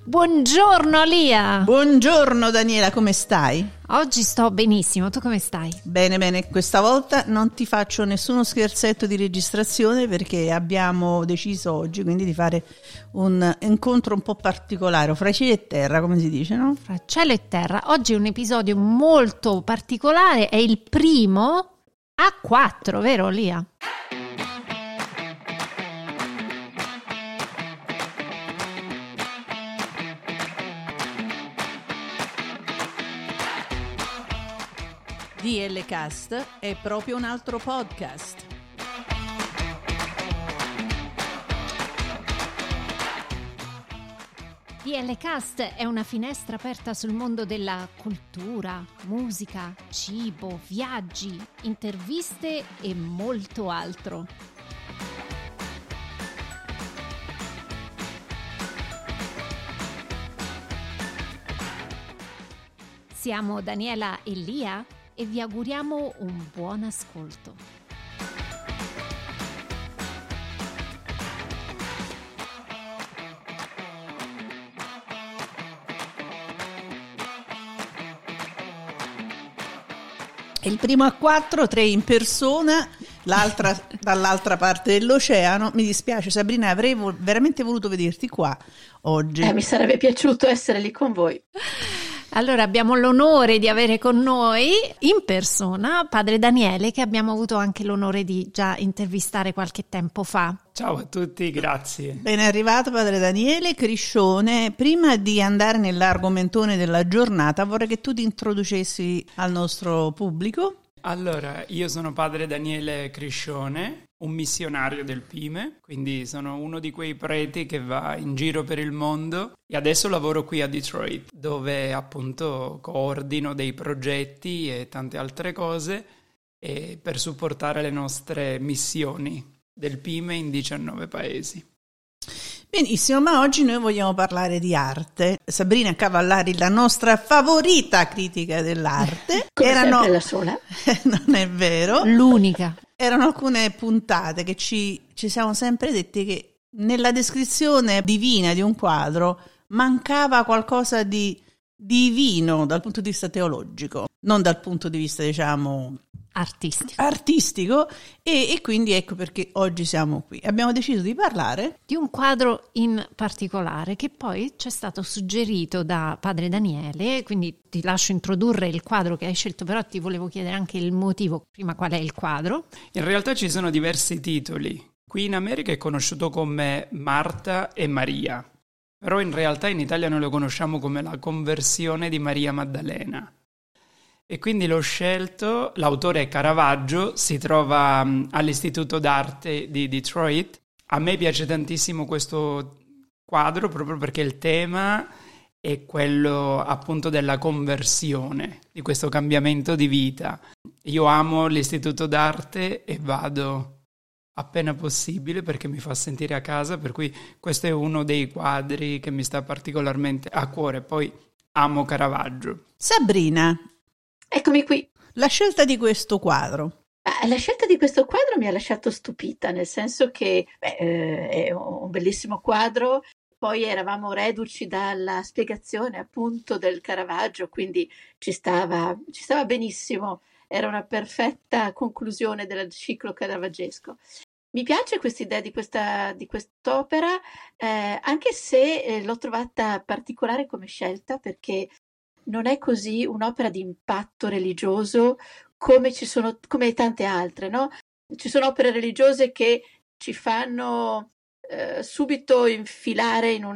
Buongiorno Lia! Buongiorno Daniela, come stai? Oggi sto benissimo, tu come stai? Bene, questa volta non ti faccio nessuno scherzetto di registrazione perché abbiamo deciso oggi quindi di fare un incontro un po' particolare, fra cielo e terra, come si dice, no? Fra cielo e terra. Oggi è un episodio molto particolare, è il primo a 4, vero Lia? DL Cast è proprio un altro podcast. DL Cast è una finestra aperta sul mondo della cultura, musica, cibo, viaggi, interviste e molto altro. Siamo Daniela e Lia e vi auguriamo un buon ascolto. Il primo a 4, 3 in persona, l'altra dall'altra parte dell'oceano. Mi dispiace Sabrina, avrei veramente voluto vederti qua oggi. Mi sarebbe piaciuto essere lì con voi. Allora abbiamo l'onore di avere con noi in persona padre Daniele, che abbiamo avuto anche l'onore di già intervistare qualche tempo fa. Ciao a tutti, grazie. Ben arrivato padre Daniele Criscione. Prima di andare nell'argomentone della giornata vorrei che tu ti introducessi al nostro pubblico. Allora, io sono padre Daniele Criscione, un missionario del Pime, quindi sono uno di quei preti che va in giro per il mondo e adesso lavoro qui a Detroit, dove appunto coordino dei progetti e tante altre cose per supportare le nostre missioni del Pime in 19 paesi. Benissimo, ma oggi noi vogliamo parlare di arte. Sabrina Cavallari, la nostra favorita critica dell'arte. Come sempre la sola. Non è vero. L'unica. Erano alcune puntate che ci siamo sempre detti che nella descrizione divina di un quadro mancava qualcosa di divino dal punto di vista teologico, non dal punto di vista, diciamo, artistico e quindi ecco perché oggi siamo qui. Abbiamo deciso di parlare di un quadro in particolare che poi ci è stato suggerito da padre Daniele, quindi ti lascio introdurre il quadro che hai scelto, però ti volevo chiedere anche il motivo. Prima, qual è il quadro? In realtà ci sono diversi titoli. Qui in America è conosciuto come Marta e Maria, però in realtà in Italia noi lo conosciamo come la conversione di Maria Maddalena. E quindi l'ho scelto, l'autore è Caravaggio, si trova all'Istituto d'Arte di Detroit. A me piace tantissimo questo quadro proprio perché il tema è quello appunto della conversione, di questo cambiamento di vita. Io amo l'Istituto d'Arte e vado appena possibile perché mi fa sentire a casa, per cui questo è uno dei quadri che mi sta particolarmente a cuore. Poi amo Caravaggio. Sabrina, eccomi qui. La scelta di questo quadro. La scelta di questo quadro mi ha lasciato stupita, nel senso che è un bellissimo quadro. Poi eravamo reduci dalla spiegazione appunto del Caravaggio, quindi ci stava benissimo. Era una perfetta conclusione del ciclo caravaggesco. Mi piace questa idea di quest'opera, anche se l'ho trovata particolare come scelta, perché non è così un'opera di impatto religioso come tante altre, no? Ci sono opere religiose che ci fanno subito infilare in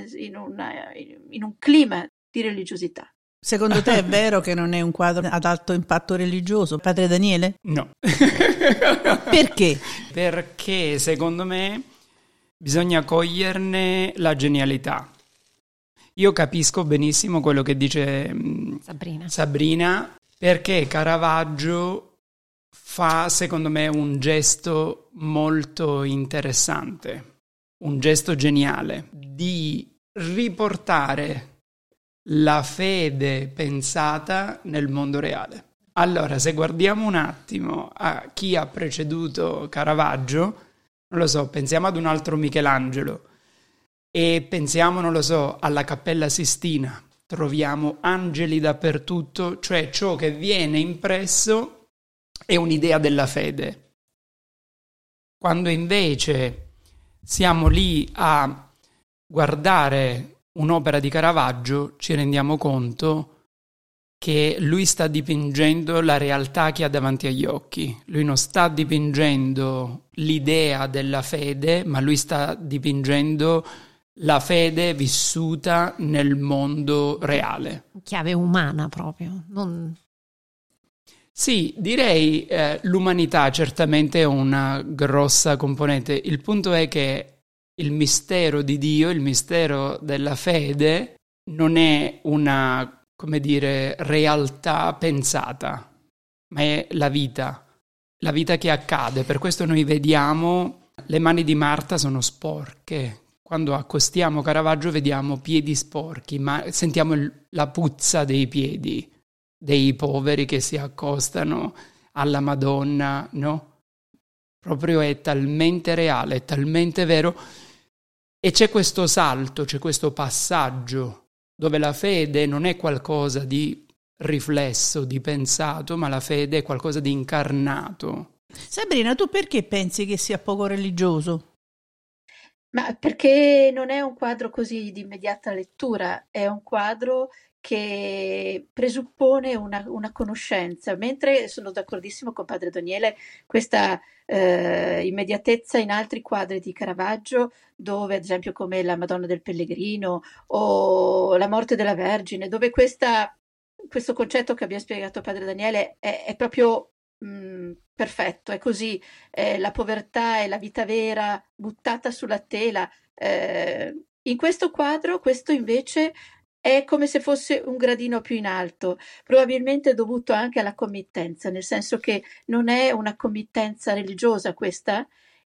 un clima di religiosità. Secondo te è vero che non è un quadro ad alto impatto religioso, padre Daniele? No. Perché? Perché secondo me bisogna coglierne la genialità. Io capisco benissimo quello che dice Sabrina, perché Caravaggio fa, secondo me, un gesto molto interessante, un gesto geniale, di riportare la fede pensata nel mondo reale. Allora, se guardiamo un attimo a chi ha preceduto Caravaggio, non lo so, pensiamo ad un altro Michelangelo. E pensiamo, non lo so, alla Cappella Sistina, troviamo angeli dappertutto, cioè ciò che viene impresso è un'idea della fede. Quando invece siamo lì a guardare un'opera di Caravaggio, ci rendiamo conto che lui sta dipingendo la realtà che ha davanti agli occhi. Lui non sta dipingendo l'idea della fede, ma lui sta dipingendo la fede vissuta nel mondo reale. Chiave umana proprio. Sì, direi l'umanità certamente è una grossa componente. Il punto è che il mistero di Dio, il mistero della fede, non è una, come dire, realtà pensata, ma è la vita che accade. Per questo noi vediamo le mani di Marta sono sporche. Quando accostiamo Caravaggio vediamo piedi sporchi, ma sentiamo la puzza dei piedi dei poveri che si accostano alla Madonna, no? Proprio è talmente reale, è talmente vero. E c'è questo salto, c'è questo passaggio dove la fede non è qualcosa di riflesso, di pensato, ma la fede è qualcosa di incarnato. Sabrina, tu perché pensi che sia poco religioso? Ma perché non è un quadro così di immediata lettura, è un quadro che presuppone una conoscenza, mentre sono d'accordissimo con Padre Daniele, questa immediatezza in altri quadri di Caravaggio, dove ad esempio come la Madonna del Pellegrino o la Morte della Vergine, dove questo concetto che abbia spiegato Padre Daniele è proprio perfetto, è così, la povertà e la vita vera buttata sulla tela. In questo quadro, questo invece è come se fosse un gradino più in alto, probabilmente dovuto anche alla committenza, nel senso che non è una committenza religiosa questa,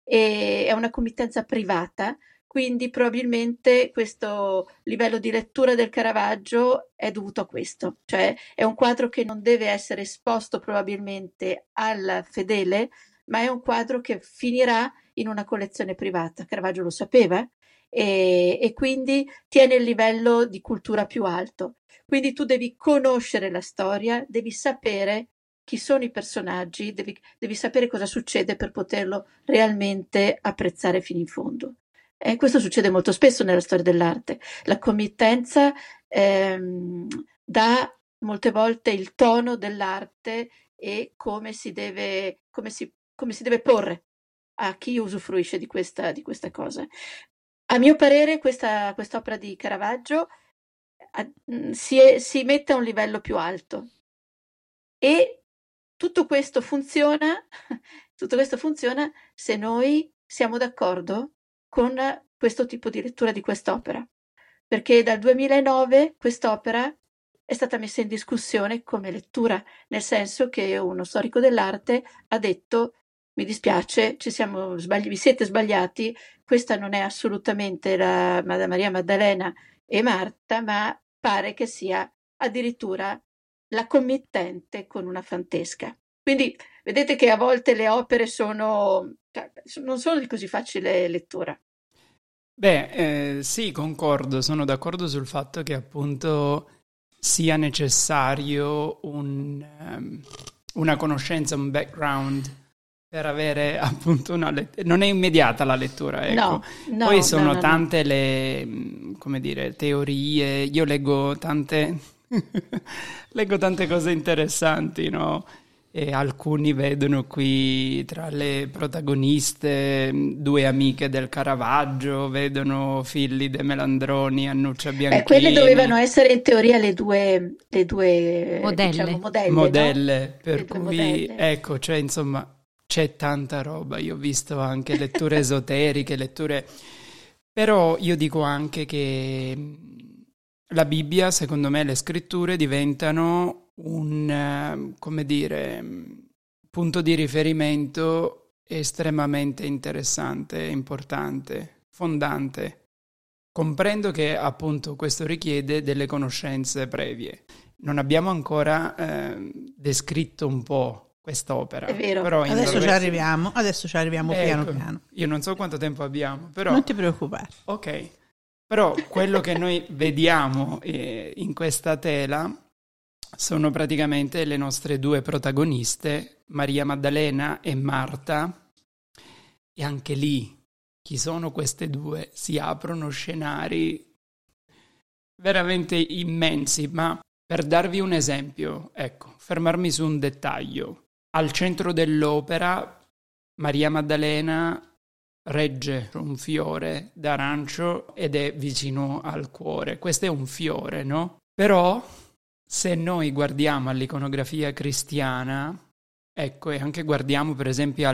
è una committenza privata, quindi probabilmente questo livello di lettura del Caravaggio è dovuto a questo, cioè è un quadro che non deve essere esposto probabilmente al fedele, ma è un quadro che finirà in una collezione privata. Caravaggio lo sapeva e quindi tiene il livello di cultura più alto. Quindi tu devi conoscere la storia, devi sapere chi sono i personaggi, devi sapere cosa succede per poterlo realmente apprezzare fino in fondo. Questo succede molto spesso nella storia dell'arte. La committenza dà molte volte il tono dell'arte e come si deve porre a chi usufruisce di questa cosa. A mio parere quest'opera di Caravaggio si mette a un livello più alto e tutto questo funziona se noi siamo d'accordo con questo tipo di lettura di quest'opera, perché dal 2009 quest'opera è stata messa in discussione come lettura, nel senso che uno storico dell'arte ha detto: mi dispiace, vi siete sbagliati, questa non è assolutamente la Maria Maddalena e Marta, ma pare che sia addirittura la committente con una fantesca. Quindi vedete che a volte le opere non sono di così facile lettura. Beh, sì, concordo, sono d'accordo sul fatto che appunto sia necessario una conoscenza, un background per avere appunto una lettura. Non è immediata la lettura, ecco. No, poi sono no. tante le, come dire, teorie, io leggo tante cose interessanti, no? E alcuni vedono qui tra le protagoniste due amiche del Caravaggio, vedono figli de Melandroni, Annuccia Bianchini. Quelle dovevano essere in teoria le due modelle, diciamo, modelle, no? Per le due cui modelle. ecco, cioè insomma c'è tanta roba. Io ho visto anche letture esoteriche, però io dico anche che la Bibbia, secondo me, le scritture diventano un, come dire, punto di riferimento estremamente interessante, importante, fondante. Comprendo che appunto questo richiede delle conoscenze previe. Non abbiamo ancora descritto un po' quest'opera. È vero. Però Adesso ci arriviamo ecco, piano piano. Io non so quanto tempo abbiamo, però... Non ti preoccupare. Ok, Però quello che noi vediamo in questa tela sono praticamente le nostre due protagoniste, Maria Maddalena e Marta, e anche lì, chi sono queste due? Si aprono scenari veramente immensi, ma per darvi un esempio, ecco, fermarmi su un dettaglio. Al centro dell'opera, Maria Maddalena regge un fiore d'arancio ed è vicino al cuore. Questo è un fiore, no? Però, se noi guardiamo all'iconografia cristiana, ecco, e anche guardiamo per esempio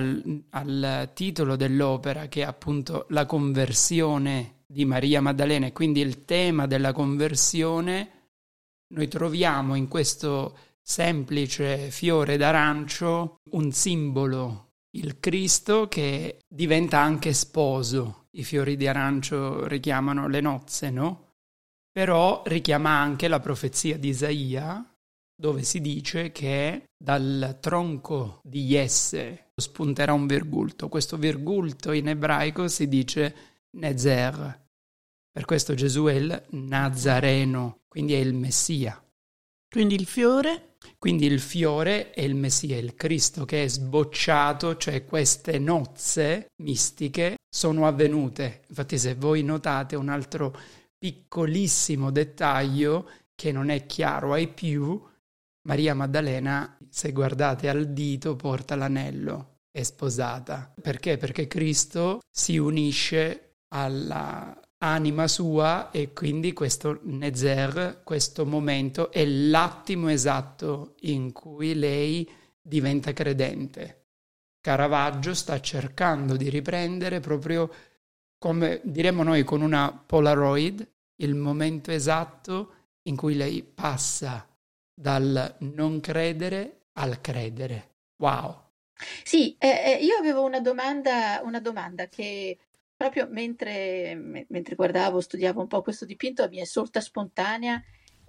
al titolo dell'opera, che è appunto la conversione di Maria Maddalena, e quindi il tema della conversione, noi troviamo in questo semplice fiore d'arancio un simbolo, il Cristo che diventa anche sposo. I fiori di arancio richiamano le nozze, no? Però richiama anche la profezia di Isaia, dove si dice che dal tronco di Jesse spunterà un virgulto. Questo virgulto in ebraico si dice Nezer. Per questo Gesù è il Nazareno, quindi è il Messia. Quindi il fiore? Quindi il fiore è il Messia, il Cristo che è sbocciato, cioè queste nozze mistiche sono avvenute. Infatti se voi notate un altro piccolissimo dettaglio che non è chiaro ai più, Maria Maddalena, se guardate al dito, porta l'anello, è sposata. Perché? Perché Cristo si unisce alla anima sua e quindi questo Nezer, questo momento, è l'attimo esatto in cui lei diventa credente. Caravaggio sta cercando di riprendere proprio, come diremmo noi con una Polaroid, il momento esatto in cui lei passa dal non credere al credere. Wow! Sì, io avevo una domanda che proprio mentre guardavo, studiavo un po' questo dipinto, mi è sorta spontanea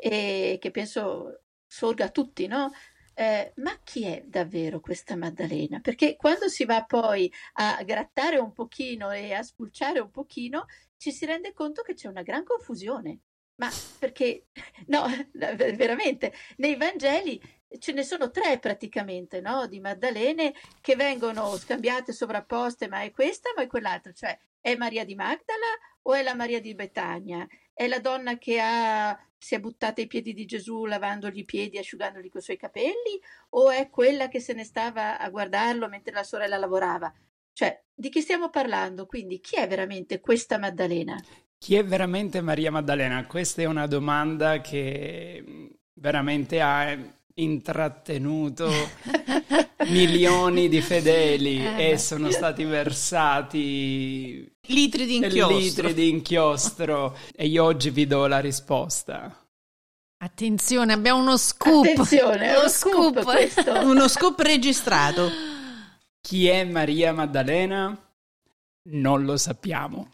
e che penso sorga a tutti, no? Ma chi è davvero questa Maddalena? Perché quando si va poi a grattare un pochino e a spulciare un pochino, ci si rende conto che c'è una gran confusione. Ma perché, no, veramente, nei Vangeli ce ne sono 3 praticamente, no? Di Maddalene che vengono scambiate, sovrapposte, ma è questa, ma è quell'altra, cioè è Maria di Magdala o è la Maria di Betania? È la donna che si è buttata ai piedi di Gesù lavandogli i piedi, asciugandogli coi suoi capelli, o è quella che se ne stava a guardarlo mentre la sorella lavorava? Cioè, di chi stiamo parlando? Quindi, chi è veramente questa Maddalena? Chi è veramente Maria Maddalena? Questa è una domanda che veramente ha intrattenuto milioni di fedeli e sono stati versati litri di inchiostro e io oggi vi do la risposta. Attenzione, abbiamo uno scoop. Attenzione, uno scoop questo. Uno scoop registrato. Chi è Maria Maddalena? Non lo sappiamo.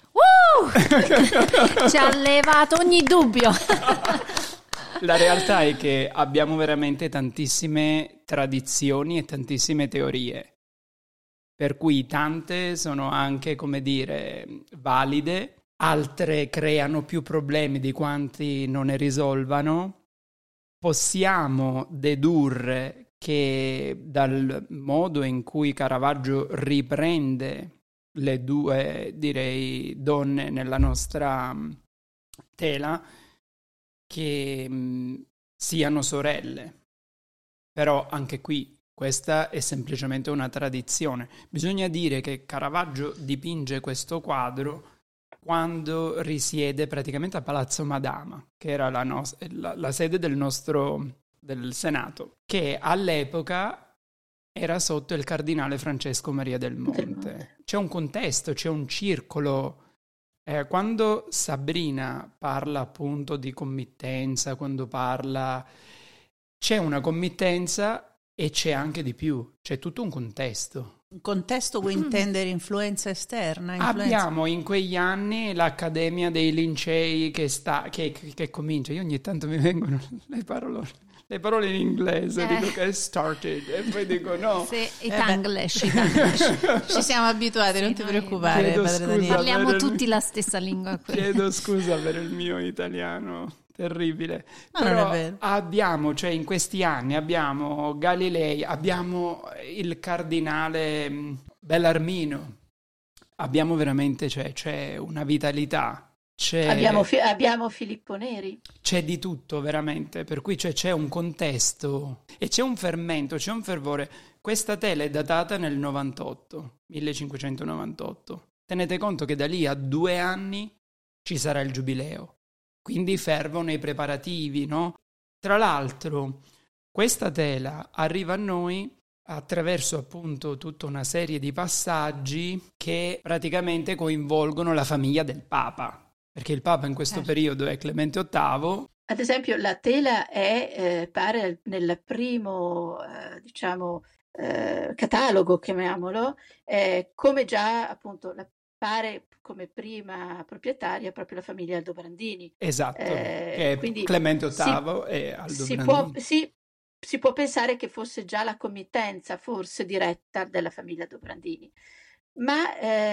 Ci ha levato ogni dubbio. La realtà è che abbiamo veramente tantissime tradizioni e tantissime teorie, per cui tante sono anche, come dire, valide, altre creano più problemi di quanti non ne risolvano. Possiamo dedurre che dal modo in cui Caravaggio riprende le due, direi, donne nella nostra tela, che siano sorelle. Però anche qui questa è semplicemente una tradizione. Bisogna dire che Caravaggio dipinge questo quadro quando risiede praticamente a Palazzo Madama, che era la sede del Senato, che all'epoca era sotto il cardinale Francesco Maria del Monte. C'è un contesto, c'è un circolo. Quando Sabrina parla appunto di committenza, c'è una committenza e c'è anche di più, c'è tutto un contesto. Un contesto vuoi intendere influenza esterna? Abbiamo in quegli anni l'Accademia dei Lincei che comincia, io ogni tanto mi vengono le parole, le parole in inglese, dico che è started e poi dico no. Sì, i Tanglish. Ci siamo abituati, non ti preoccupare, Chiedo padre scusa Daniele. Parliamo tutti la stessa lingua qui. Chiedo scusa per il mio italiano terribile. Ma non Però è vero. abbiamo, cioè in questi anni abbiamo Galilei, abbiamo il cardinale Bellarmino, abbiamo veramente, cioè, c'è una vitalità. Abbiamo Filippo Neri. C'è di tutto veramente, per cui c'è un contesto e c'è un fermento, c'è un fervore. Questa tela è datata nel 1598. Tenete conto che da lì a 2 anni ci sarà il giubileo, quindi fervono i preparativi, no? Tra l'altro, questa tela arriva a noi attraverso appunto tutta una serie di passaggi che praticamente coinvolgono la famiglia del Papa. Perché il Papa in questo periodo è Clemente VIII. Ad esempio, la tela è, pare, nel primo, catalogo, chiamiamolo, come già appunto pare come prima proprietaria proprio la famiglia Aldobrandini. Esatto, che è quindi Clemente VIII e Aldobrandini. Si può pensare che fosse già la committenza, forse diretta, della famiglia Aldobrandini. Ma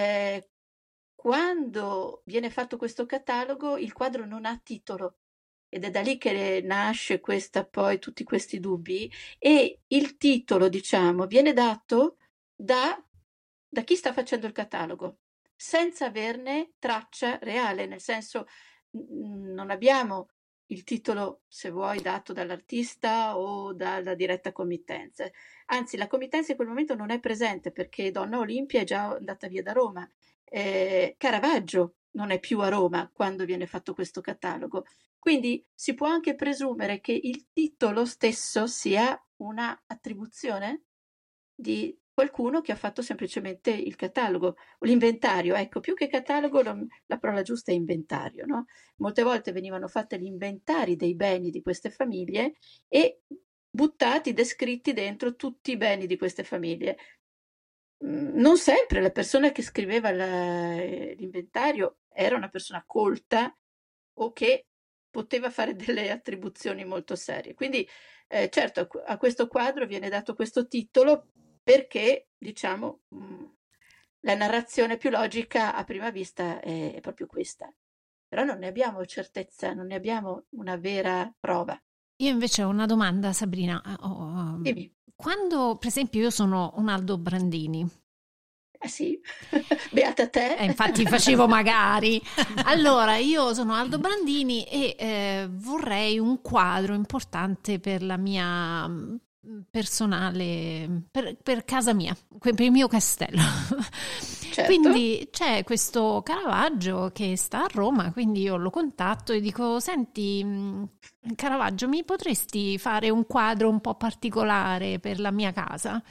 quando viene fatto questo catalogo, il quadro non ha titolo ed è da lì che nasce poi tutti questi dubbi, e il titolo, diciamo, viene dato da chi sta facendo il catalogo, senza averne traccia reale, nel senso non abbiamo il titolo, se vuoi, dato dall'artista o dalla diretta committenza. Anzi, la committenza in quel momento non è presente perché Donna Olimpia è già andata via da Roma. Caravaggio non è più a Roma quando viene fatto questo catalogo, quindi si può anche presumere che il titolo stesso sia una attribuzione di qualcuno che ha fatto semplicemente il catalogo o l'inventario. Ecco, più che catalogo la parola giusta è inventario, no? Molte volte venivano fatte gli inventari dei beni di queste famiglie e buttati, descritti dentro tutti i beni di queste famiglie. Non sempre la persona che scriveva l'inventario era una persona colta o che poteva fare delle attribuzioni molto serie. Quindi, certo, a questo quadro viene dato questo titolo perché, diciamo, la narrazione più logica a prima vista è proprio questa. Però non ne abbiamo certezza, non ne abbiamo una vera prova. Io invece ho una domanda, Sabrina. Dimmi. Quando, per esempio, io sono un Aldobrandini. Sì, beata te. Infatti facevo magari. Allora, io sono Aldobrandini e vorrei un quadro importante per la mia personale, per casa mia, per il mio castello. Certo. Quindi c'è questo Caravaggio che sta a Roma, quindi io lo contatto e dico: senti Caravaggio, mi potresti fare un quadro un po' particolare per la mia casa?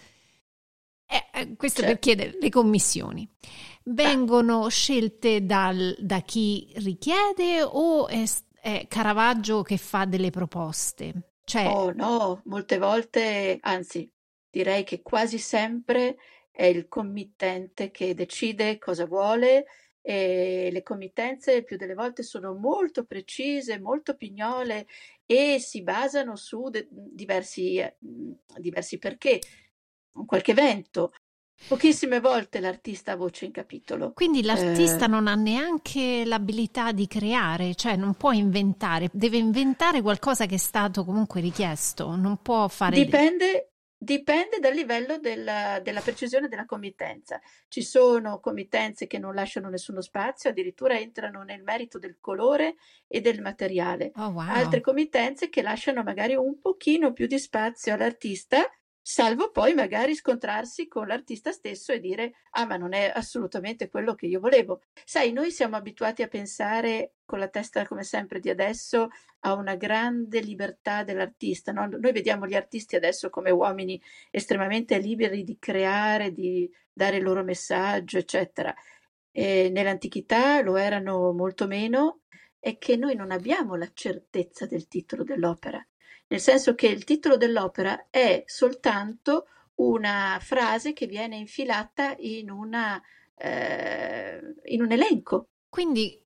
Questo per chiedere le commissioni. Vengono scelte da chi richiede o è Caravaggio che fa delle proposte? Oh no, molte volte, anzi direi che quasi sempre è il committente che decide cosa vuole, e le committenze più delle volte sono molto precise, molto pignole e si basano su diversi perché, qualche evento. Pochissime volte l'artista ha voce in capitolo. Quindi l'artista non ha neanche l'abilità di creare, cioè non può inventare, deve inventare qualcosa che è stato comunque richiesto, non può fare... Dipende dal livello della precisione della committenza. Ci sono committenze che non lasciano nessuno spazio, addirittura entrano nel merito del colore e del materiale. Oh, wow. Altre committenze che lasciano magari un pochino più di spazio all'artista, salvo poi magari scontrarsi con l'artista stesso e dire: ah, ma non è assolutamente quello che io volevo. Sai, noi siamo abituati a pensare con la testa, come sempre, di adesso a una grande libertà dell'artista, no? Noi vediamo gli artisti adesso come uomini estremamente liberi di creare, di dare il loro messaggio, eccetera. E nell'antichità lo erano molto meno, e che noi non abbiamo la certezza del titolo dell'opera. Nel senso che il titolo dell'opera è soltanto una frase che viene infilata in un elenco. Quindi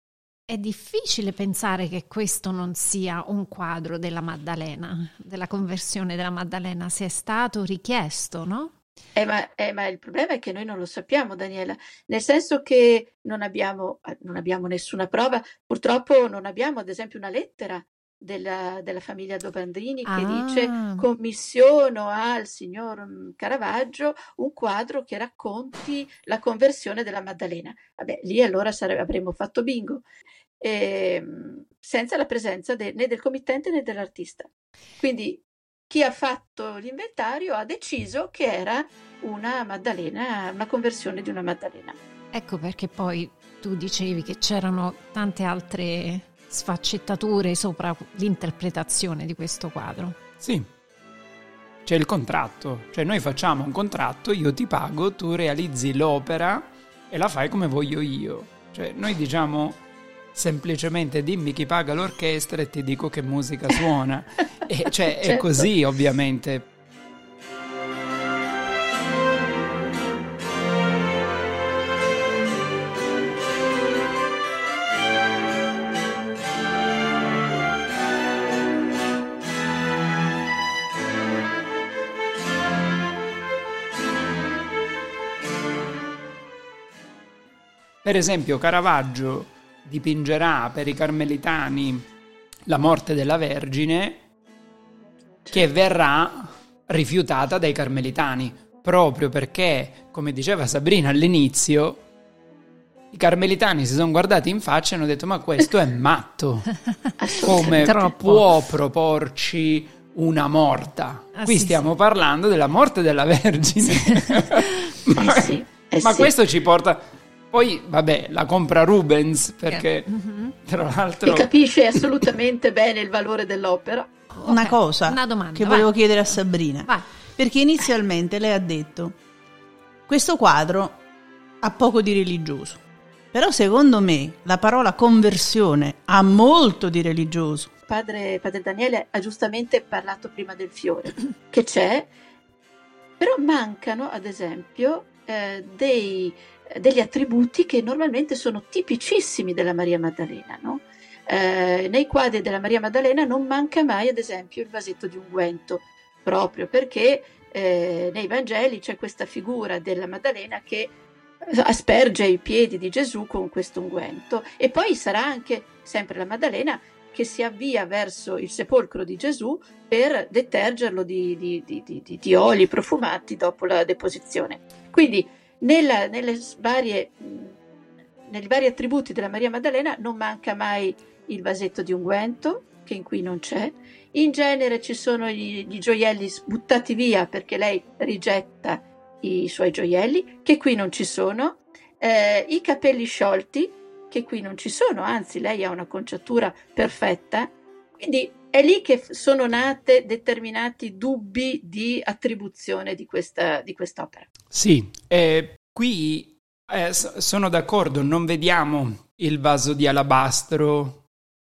È difficile pensare che questo non sia un quadro della Maddalena, della conversione della Maddalena, se è stato richiesto, no? Ma il problema è che noi non lo sappiamo, Daniela, nel senso che non abbiamo nessuna prova. Purtroppo non abbiamo, ad esempio, una lettera della famiglia Dobandrini che dice: commissiono al signor Caravaggio un quadro che racconti la conversione della Maddalena. Vabbè, lì allora avremmo fatto bingo, senza la presenza né del committente né dell'artista. Quindi chi ha fatto l'inventario ha deciso che era una Maddalena, una conversione di una Maddalena. Ecco perché poi tu dicevi che c'erano tante altre sfaccettature sopra l'interpretazione di questo quadro. Sì, c'è il contratto, cioè noi facciamo un contratto, io ti pago, tu realizzi l'opera e la fai come voglio io. Cioè noi diciamo semplicemente dimmi chi paga l'orchestra e ti dico che musica suona. E cioè Certo. è così ovviamente. Per esempio Caravaggio dipingerà per i Carmelitani la morte della Vergine, che verrà rifiutata dai Carmelitani, proprio perché, come diceva Sabrina all'inizio, i Carmelitani si sono guardati in faccia e hanno detto: ma questo è matto, come Troppo. può proporci una morta? Qui sì, stiamo parlando della morte della Vergine. Ma sì. questo ci porta... Poi, vabbè, la compra Rubens, perché tra l'altro... Che capisce assolutamente bene il valore dell'opera. Una Ok, cosa una domanda, che vai. volevo chiedere a Sabrina, Vai. perché inizialmente lei ha detto questo quadro ha poco di religioso, però secondo me la parola conversione ha molto di religioso. Padre Daniele ha giustamente parlato prima del fiore, che c'è, però mancano, ad esempio, degli attributi che normalmente sono tipicissimi della Maria Maddalena, no? Nei quadri della Maria Maddalena non manca mai, ad esempio, il vasetto di unguento, proprio perché nei Vangeli c'è questa figura della Maddalena che asperge i piedi di Gesù con questo unguento, e poi sarà anche sempre la Maddalena che si avvia verso il sepolcro di Gesù per detergerlo di oli profumati dopo la deposizione. Quindi nei vari attributi della Maria Maddalena non manca mai il vasetto di unguento, che in qui non c'è. In genere ci sono gli gioielli buttati via perché lei rigetta i suoi gioielli, che qui non ci sono. I capelli sciolti, che qui non ci sono, anzi lei ha una conciatura perfetta. Quindi è lì che sono nate determinati dubbi di attribuzione di quest'opera. Sì, qui sono d'accordo, non vediamo il vaso di alabastro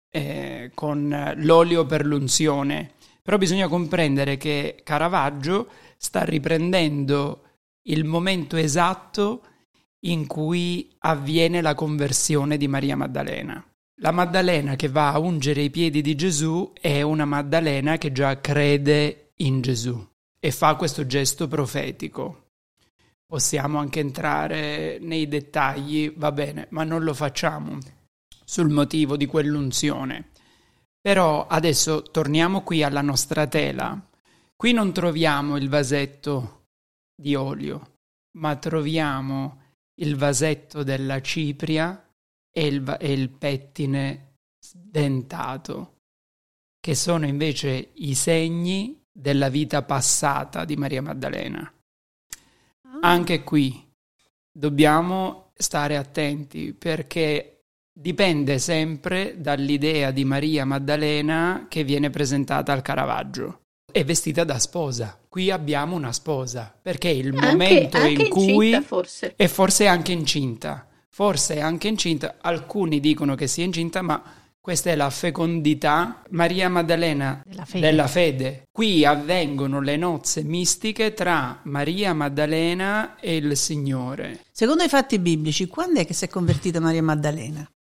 con l'olio per l'unzione, però bisogna comprendere che Caravaggio sta riprendendo il momento esatto in cui avviene la conversione di Maria Maddalena. La Maddalena che va a ungere i piedi di Gesù è una Maddalena che già crede in Gesù e fa questo gesto profetico. Possiamo anche entrare nei dettagli, va bene, ma non lo facciamo sul motivo di quell'unzione. Però adesso torniamo qui alla nostra tela. Qui non troviamo il vasetto di olio, ma troviamo il vasetto della cipria e il pettine dentato, che sono invece i segni della vita passata di Maria Maddalena. Anche qui dobbiamo stare attenti, perché dipende sempre dall'idea di Maria Maddalena che viene presentata al Caravaggio. È vestita da sposa. Qui abbiamo una sposa, perché è il momento anche in cui... incinta, forse. E forse anche incinta. Forse anche incinta. Alcuni dicono che sia incinta, ma questa è la fecondità Maria Maddalena della fede. Qui avvengono le nozze mistiche tra Maria Maddalena e il Signore. Secondo i fatti biblici, quando è che si è convertita Maria Maddalena?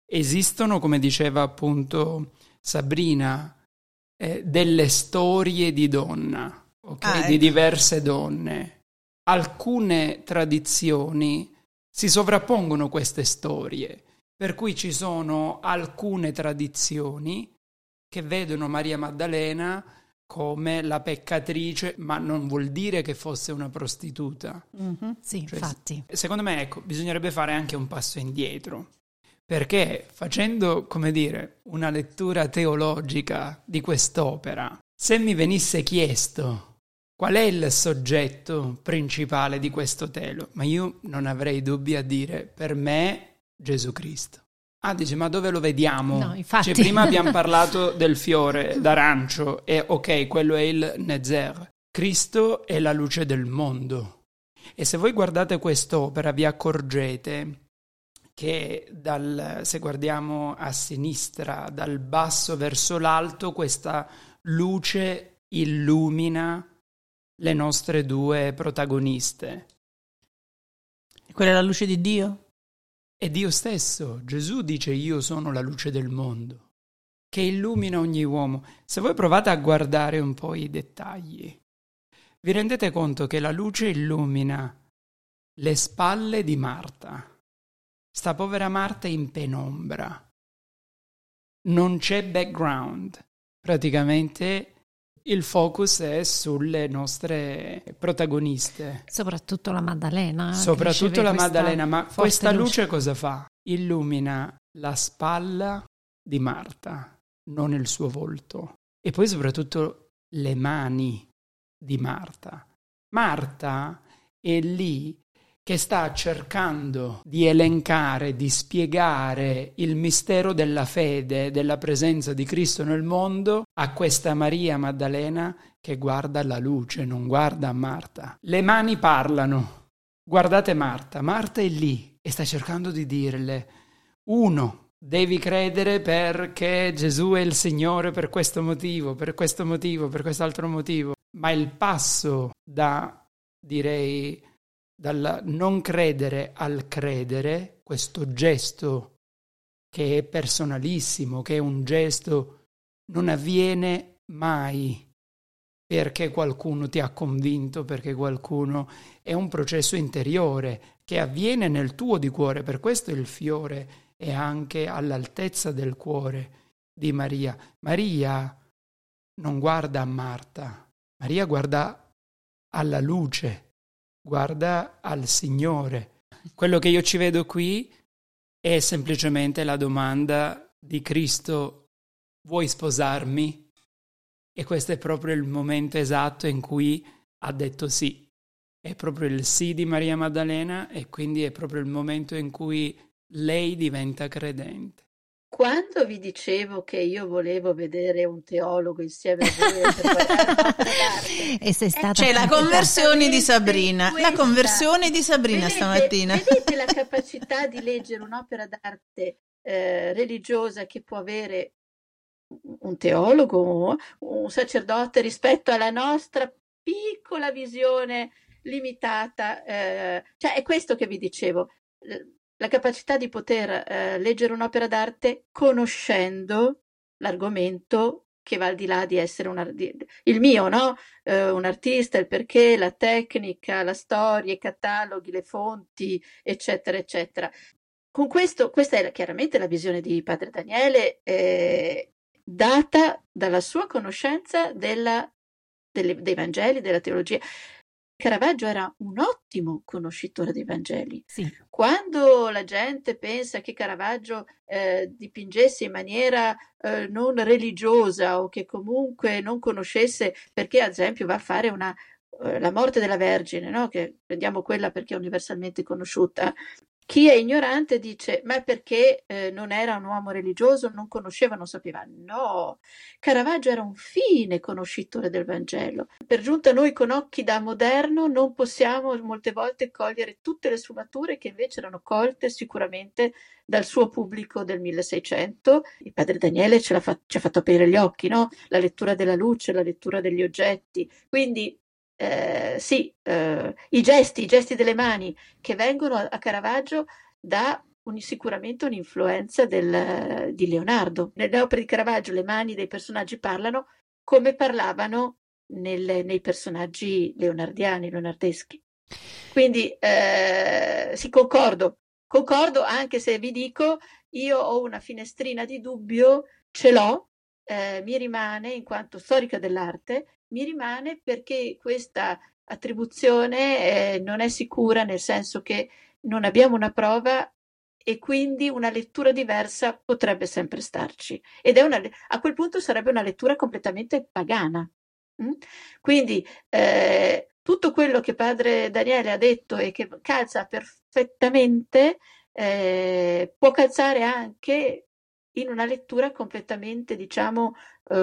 esistono, come diceva appunto Sabrina, delle storie di donna, ok? Di diverse donne. Alcune tradizioni si sovrappongono queste storie, per cui ci sono alcune tradizioni che vedono Maria Maddalena come la peccatrice, ma non vuol dire che fosse una prostituta. Sì, Cioè, infatti. secondo me, ecco, bisognerebbe fare anche un passo indietro, perché facendo, come dire, una lettura teologica di quest'opera, se mi venisse chiesto qual è il soggetto principale di questo telo, ma io non avrei dubbi a dire, per me, Gesù Cristo. Ah, dice, ma dove lo vediamo? No, infatti. Cioè, prima abbiamo parlato del fiore d'arancio e ok, quello è il Nezer. Cristo è la luce del mondo. E se voi guardate quest'opera vi accorgete che se guardiamo a sinistra, dal basso verso l'alto, questa luce illumina le nostre due protagoniste. Quella è la luce di Dio? È Dio stesso. Gesù dice io sono la luce del mondo, che illumina ogni uomo. Se voi provate a guardare un po' i dettagli, vi rendete conto che la luce illumina le spalle di Marta. Sta povera Marta in penombra. Non c'è background. Praticamente il focus è sulle nostre protagoniste. Soprattutto la Maddalena. Soprattutto la Maddalena, ma questa luce cosa fa? Illumina la spalla di Marta, non il suo volto. E poi soprattutto le mani di Marta. Marta è lì che sta cercando di elencare, di spiegare il mistero della fede, della presenza di Cristo nel mondo a questa Maria Maddalena che guarda la luce, non guarda a Marta. Le mani parlano. Guardate Marta, Marta è lì e sta cercando di dirle, uno, devi credere perché Gesù è il Signore per questo motivo, per quest'altro motivo. Ma il passo da, direi, dal non credere al credere, questo gesto che è personalissimo, che è un gesto, non avviene mai perché qualcuno ti ha convinto, perché qualcuno è un processo interiore che avviene nel tuo di cuore. Per questo il fiore è anche all'altezza del cuore di Maria. Maria non guarda a Marta, Maria guarda alla luce, guarda al Signore. Quello che io ci vedo qui è semplicemente la domanda di Cristo: vuoi sposarmi? E questo è proprio il momento esatto in cui ha detto sì. È proprio il sì di Maria Maddalena e quindi è proprio il momento in cui lei diventa credente. Quando vi dicevo che io volevo vedere un teologo insieme a voi per guardare un'opera d'arte, e sei stata C'è la conversione di Sabrina, questa. la conversione di Sabrina stamattina. Vedete la capacità di leggere un'opera d'arte religiosa che può avere un teologo, un sacerdote rispetto alla nostra piccola visione limitata. Cioè è questo che vi dicevo. La capacità di poter leggere un'opera d'arte conoscendo l'argomento che va al di là di essere il mio, no? Un artista, il perché, la tecnica, la storia, i cataloghi, le fonti, eccetera, eccetera. Con questo, questa è chiaramente la visione di Padre Daniele, data dalla sua conoscenza dei Vangeli, della teologia. Caravaggio era un ottimo conoscitore dei Vangeli. Sì. Quando la gente pensa che Caravaggio dipingesse in maniera non religiosa o che comunque non conoscesse, perché ad esempio va a fare la morte della Vergine, no? Che prendiamo quella perché è universalmente conosciuta. Chi è ignorante dice, ma perché non era un uomo religioso, non conosceva, non sapeva. No, Caravaggio era un fine conoscitore del Vangelo. Per giunta noi con occhi da moderno non possiamo molte volte cogliere tutte le sfumature che invece erano colte sicuramente dal suo pubblico del 1600. Il padre Daniele ci ha fatto aprire gli occhi, no? La lettura della luce, la lettura degli oggetti. Quindi i gesti delle mani che vengono a Caravaggio da sicuramente un'influenza di Leonardo. Nelle opere di Caravaggio le mani dei personaggi parlano come parlavano nei personaggi leonardeschi. Quindi sì, concordo, anche se vi dico, io ho una finestrina di dubbio, ce l'ho, mi rimane, in quanto storica dell'arte, mi rimane perché questa attribuzione non è sicura, nel senso che non abbiamo una prova e quindi una lettura diversa potrebbe sempre starci. Ed a quel punto sarebbe una lettura completamente pagana. Quindi tutto quello che padre Daniele ha detto e che calza perfettamente può calzare anche in una lettura completamente, diciamo,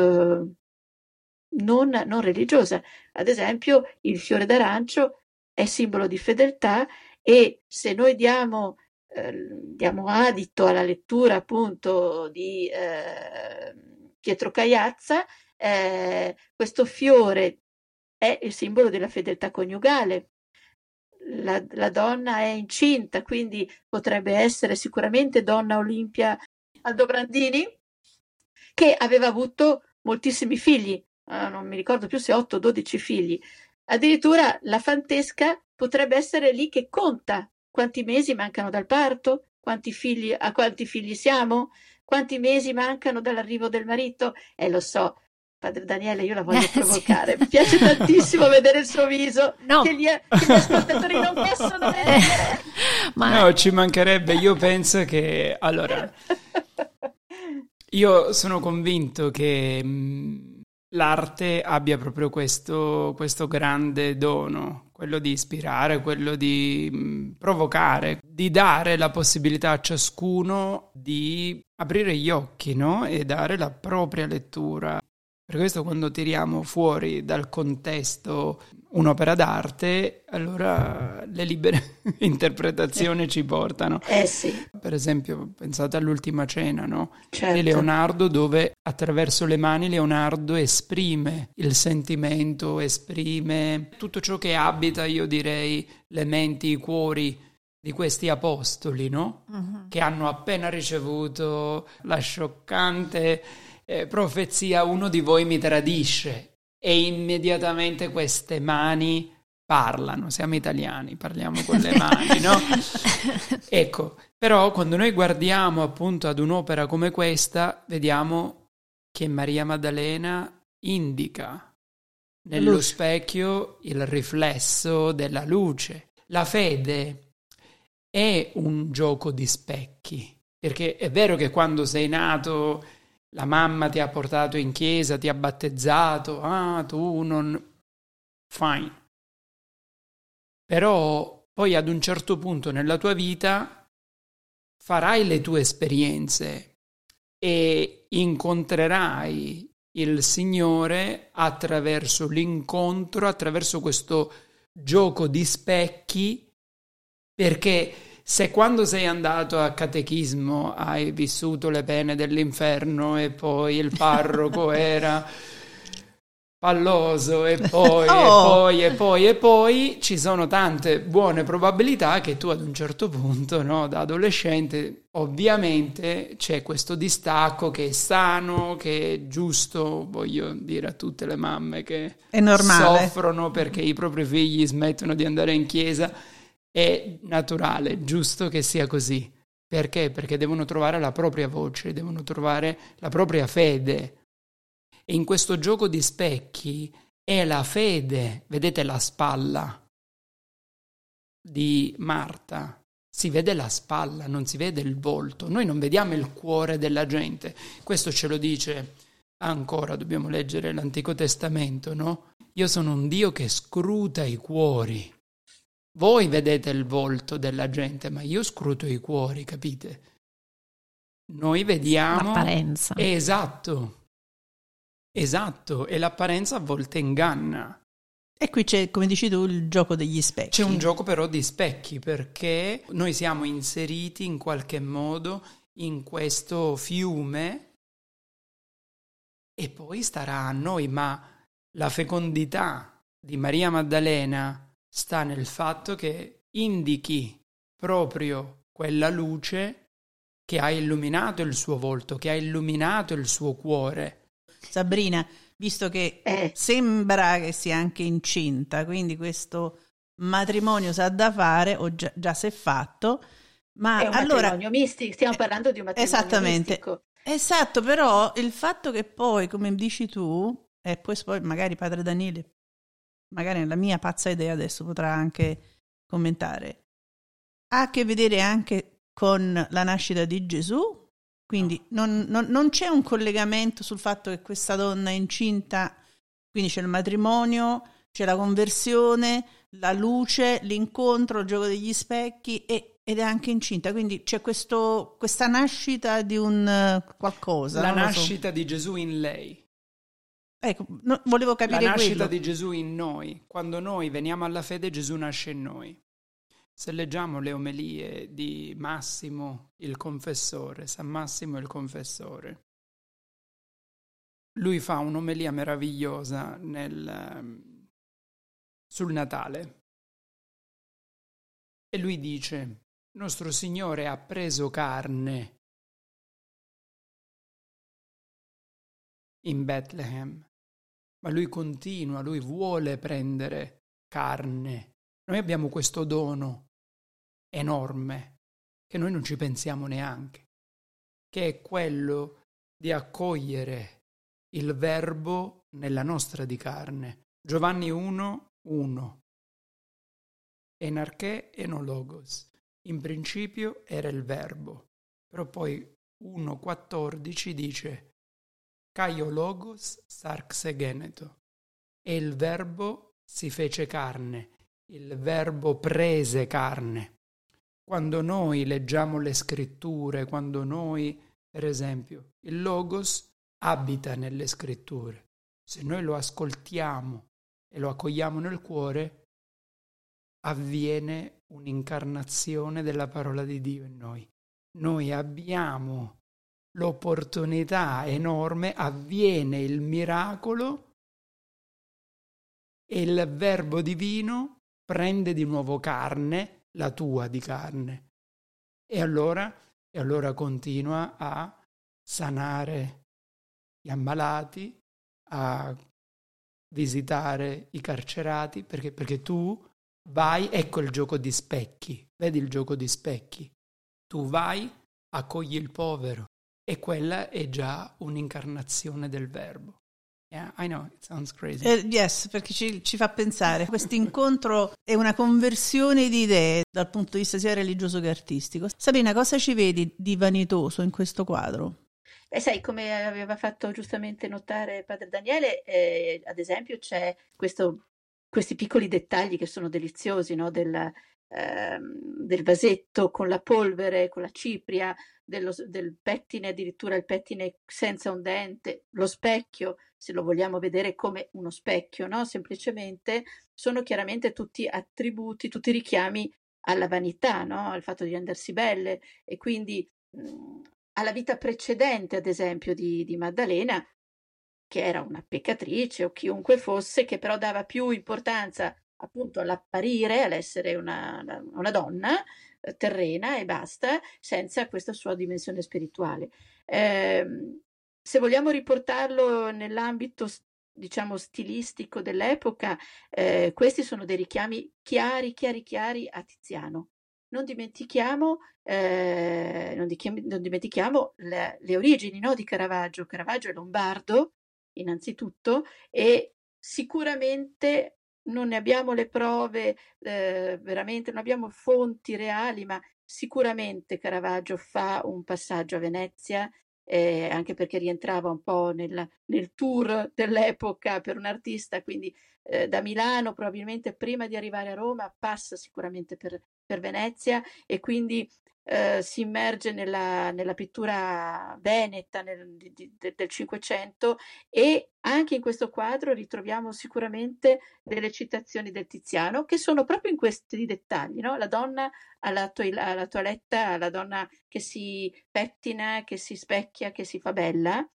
non religiosa. Ad esempio, il fiore d'arancio è simbolo di fedeltà e se noi diamo adito alla lettura appunto di Pietro Caiazza, questo fiore è il simbolo della fedeltà coniugale. La donna è incinta, quindi potrebbe essere sicuramente donna Olimpia Aldobrandini, che aveva avuto moltissimi figli, non mi ricordo più se 8 o 12 figli. Addirittura la fantesca potrebbe essere lì che conta quanti mesi mancano dal parto, a quanti figli siamo, quanti mesi mancano dall'arrivo del marito. Lo so, padre Daniele, io la voglio provocare. Sì. Mi piace tantissimo vedere il suo viso, no, che gli ascoltatori non possono vedere. No, ci mancherebbe. Io penso che, allora, io sono convinto che l'arte abbia proprio questo grande dono, quello di ispirare, quello di provocare, di dare la possibilità a ciascuno di aprire gli occhi, no? E dare la propria lettura. Per questo quando tiriamo fuori dal contesto un'opera d'arte, allora le libere interpretazioni ci portano. Sì. Per esempio, pensate all'Ultima Cena, no? Certo. Di Leonardo, dove attraverso le mani Leonardo esprime il sentimento, esprime tutto ciò che abita, io direi, le menti, i cuori di questi apostoli, no? Uh-huh. Che hanno appena ricevuto la scioccante profezia: uno di voi mi tradisce, e immediatamente queste mani parlano. Siamo italiani, parliamo con le mani, no? Ecco, però quando noi guardiamo appunto ad un'opera come questa, vediamo che Maria Maddalena indica nello specchio il riflesso della luce. La fede è un gioco di specchi, perché è vero che quando sei nato la mamma ti ha portato in chiesa, ti ha battezzato, tu non... Fine. Però poi ad un certo punto nella tua vita farai le tue esperienze e incontrerai il Signore attraverso l'incontro, attraverso questo gioco di specchi, perché se quando sei andato a catechismo hai vissuto le pene dell'inferno e poi il parroco era palloso e poi ci sono tante buone probabilità che tu ad un certo punto, no, da adolescente, ovviamente c'è questo distacco che è sano, che è giusto. Voglio dire a tutte le mamme che è normale, soffrono perché i propri figli smettono di andare in chiesa. È naturale, giusto che sia così. Perché? Perché devono trovare la propria voce, devono trovare la propria fede. E in questo gioco di specchi è la fede. Vedete la spalla di Marta? Si vede la spalla, non si vede il volto. Noi non vediamo il cuore della gente. Questo ce lo dice ancora, dobbiamo leggere l'Antico Testamento, no? Io sono un Dio che scruta i cuori. Voi vedete il volto della gente, ma io scruto i cuori, capite? Noi vediamo... l'apparenza. Esatto, e l'apparenza a volte inganna. E qui c'è, come dici tu, il gioco degli specchi. C'è un gioco però di specchi, perché noi siamo inseriti in qualche modo in questo fiume e poi starà a noi, ma la fecondità di Maria Maddalena sta nel fatto che indichi proprio quella luce che ha illuminato il suo volto, che ha illuminato il suo cuore. Sabrina, visto che sembra che sia anche incinta, quindi questo matrimonio sa da fare, o già si è fatto, ma è un matrimonio mistico, stiamo parlando di un matrimonio esattamente, mistico. Esatto, però il fatto che poi, come dici tu, e poi magari padre Daniele, magari nella mia pazza idea adesso potrà anche commentare, ha a che vedere anche con la nascita di Gesù? Quindi non c'è un collegamento sul fatto che questa donna è incinta, quindi c'è il matrimonio, c'è la conversione, la luce, l'incontro, il gioco degli specchi ed è anche incinta, quindi c'è questa nascita di un qualcosa. La nascita di Gesù in lei. Ecco, volevo capire la nascita quello. di Gesù in noi. Quando noi veniamo alla fede, Gesù nasce in noi. Se leggiamo le omelie di Massimo il confessore, San Massimo il confessore, lui fa un'omelia meravigliosa sul Natale e lui dice: nostro Signore ha preso carne in Bethlehem, ma lui continua, lui vuole prendere carne. Noi abbiamo questo dono enorme che noi non ci pensiamo neanche, che è quello di accogliere il verbo nella nostra di carne. Giovanni 1:1 Enarché enologos, in principio era il verbo, però poi 1:14 dice Kaio logos sarx geneto, e il verbo si fece carne, il verbo prese carne. Quando noi leggiamo le scritture, quando noi, per esempio, il Logos abita nelle scritture, se noi lo ascoltiamo e lo accogliamo nel cuore, avviene un'incarnazione della parola di Dio in noi. Noi abbiamo l'opportunità enorme, avviene il miracolo e il verbo divino prende di nuovo carne, la tua di carne, e allora continua a sanare gli ammalati, a visitare i carcerati, perché tu vai, ecco il gioco di specchi, vedi il gioco di specchi, tu vai, accogli il povero, e quella è già un'incarnazione del verbo. Yeah, I know, it sounds crazy. Yes, perché ci fa pensare. Questo incontro è una conversione di idee dal punto di vista sia religioso che artistico. Sabrina, cosa ci vedi di vanitoso in questo quadro? Sai, come aveva fatto giustamente notare padre Daniele, ad esempio c'è questi piccoli dettagli che sono deliziosi, no? Del vasetto con la polvere, con la cipria, del pettine, addirittura il pettine senza un dente, lo specchio, se lo vogliamo vedere come uno specchio, no? Semplicemente sono chiaramente tutti attributi, tutti richiami alla vanità, no? Al fatto di rendersi belle, e quindi alla vita precedente, ad esempio, di Maddalena, che era una peccatrice o chiunque fosse, che però dava più importanza appunto all'apparire, all'essere una donna terrena e basta, senza questa sua dimensione spirituale. Se vogliamo riportarlo nell'ambito, diciamo, stilistico dell'epoca, questi sono dei richiami chiari a Tiziano. Non dimentichiamo le origini, no, di Caravaggio. Caravaggio è lombardo, innanzitutto, e sicuramente non ne abbiamo le prove, veramente non abbiamo fonti reali, ma sicuramente Caravaggio fa un passaggio a Venezia, anche perché rientrava un po' nel tour dell'epoca per un artista, quindi da Milano, probabilmente prima di arrivare a Roma, passa sicuramente per Venezia, e quindi si immerge nella pittura veneta del Cinquecento, e anche in questo quadro ritroviamo sicuramente delle citazioni del Tiziano, che sono proprio in questi dettagli, no? La donna alla toiletta, la donna che si pettina, che si specchia, che si fa bella.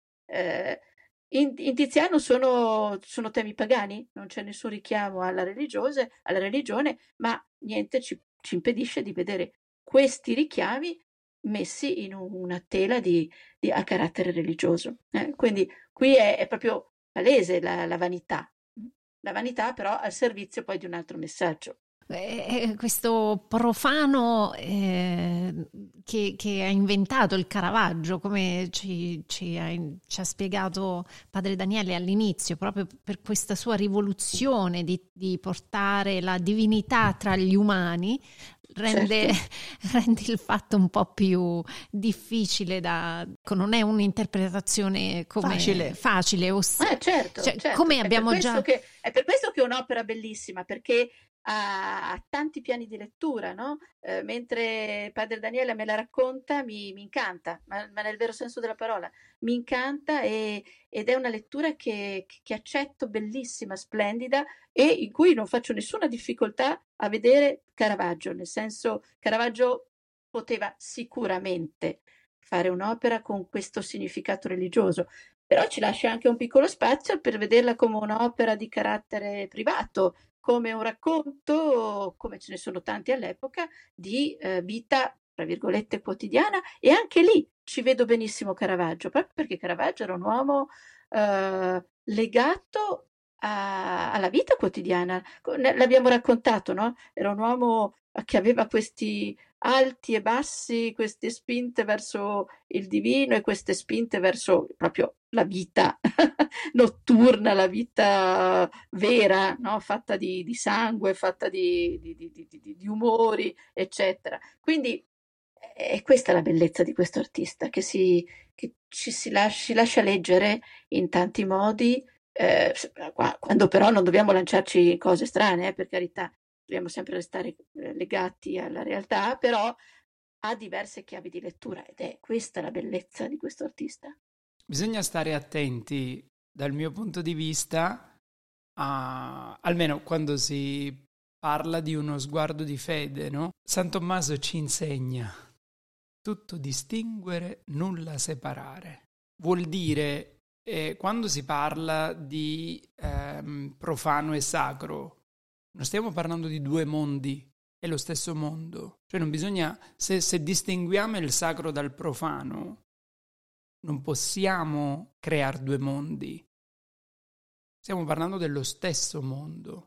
In Tiziano sono temi pagani, non c'è nessun richiamo alla religione, ma niente ci impedisce di vedere questi richiami messi in una tela a carattere religioso. Quindi qui è proprio palese la vanità. La vanità però al servizio poi di un altro messaggio. Questo profano che ha inventato il Caravaggio, come ci ha spiegato padre Daniele all'inizio, proprio per questa sua rivoluzione di portare la divinità tra gli umani, rende il fatto un po' più difficile non è un'interpretazione come facile certo. come abbiamo è per questo che è un'opera bellissima, perché ha tanti piani di lettura, no? Mentre padre Daniele me la racconta mi incanta, ma nel vero senso della parola, mi incanta ed è una lettura che accetto, bellissima, splendida, e in cui non faccio nessuna difficoltà a vedere Caravaggio, nel senso Caravaggio poteva sicuramente fare un'opera con questo significato religioso, però ci lascia anche un piccolo spazio per vederla come un'opera di carattere privato, come un racconto, come ce ne sono tanti all'epoca, di vita, tra virgolette, quotidiana, e anche lì ci vedo benissimo Caravaggio, proprio perché Caravaggio era un uomo legato alla vita quotidiana. L'abbiamo raccontato, no? Era un uomo che aveva questi alti e bassi, queste spinte verso il divino e queste spinte verso proprio la vita notturna, la vita vera, no? Fatta di sangue, fatta di umori, eccetera. Quindi è questa la bellezza di questo artista, che ci si lascia leggere in tanti modi, quando però non dobbiamo lanciarci cose strane, per carità, dobbiamo sempre restare legati alla realtà, però ha diverse chiavi di lettura, ed è questa la bellezza di questo artista. Bisogna stare attenti, dal mio punto di vista, almeno quando si parla di uno sguardo di fede, no? San Tommaso ci insegna tutto distinguere, nulla separare. Vuol dire, quando si parla di profano e sacro, non stiamo parlando di due mondi, è lo stesso mondo. Cioè non bisogna, se distinguiamo il sacro dal profano, non possiamo creare due mondi. Stiamo parlando dello stesso mondo.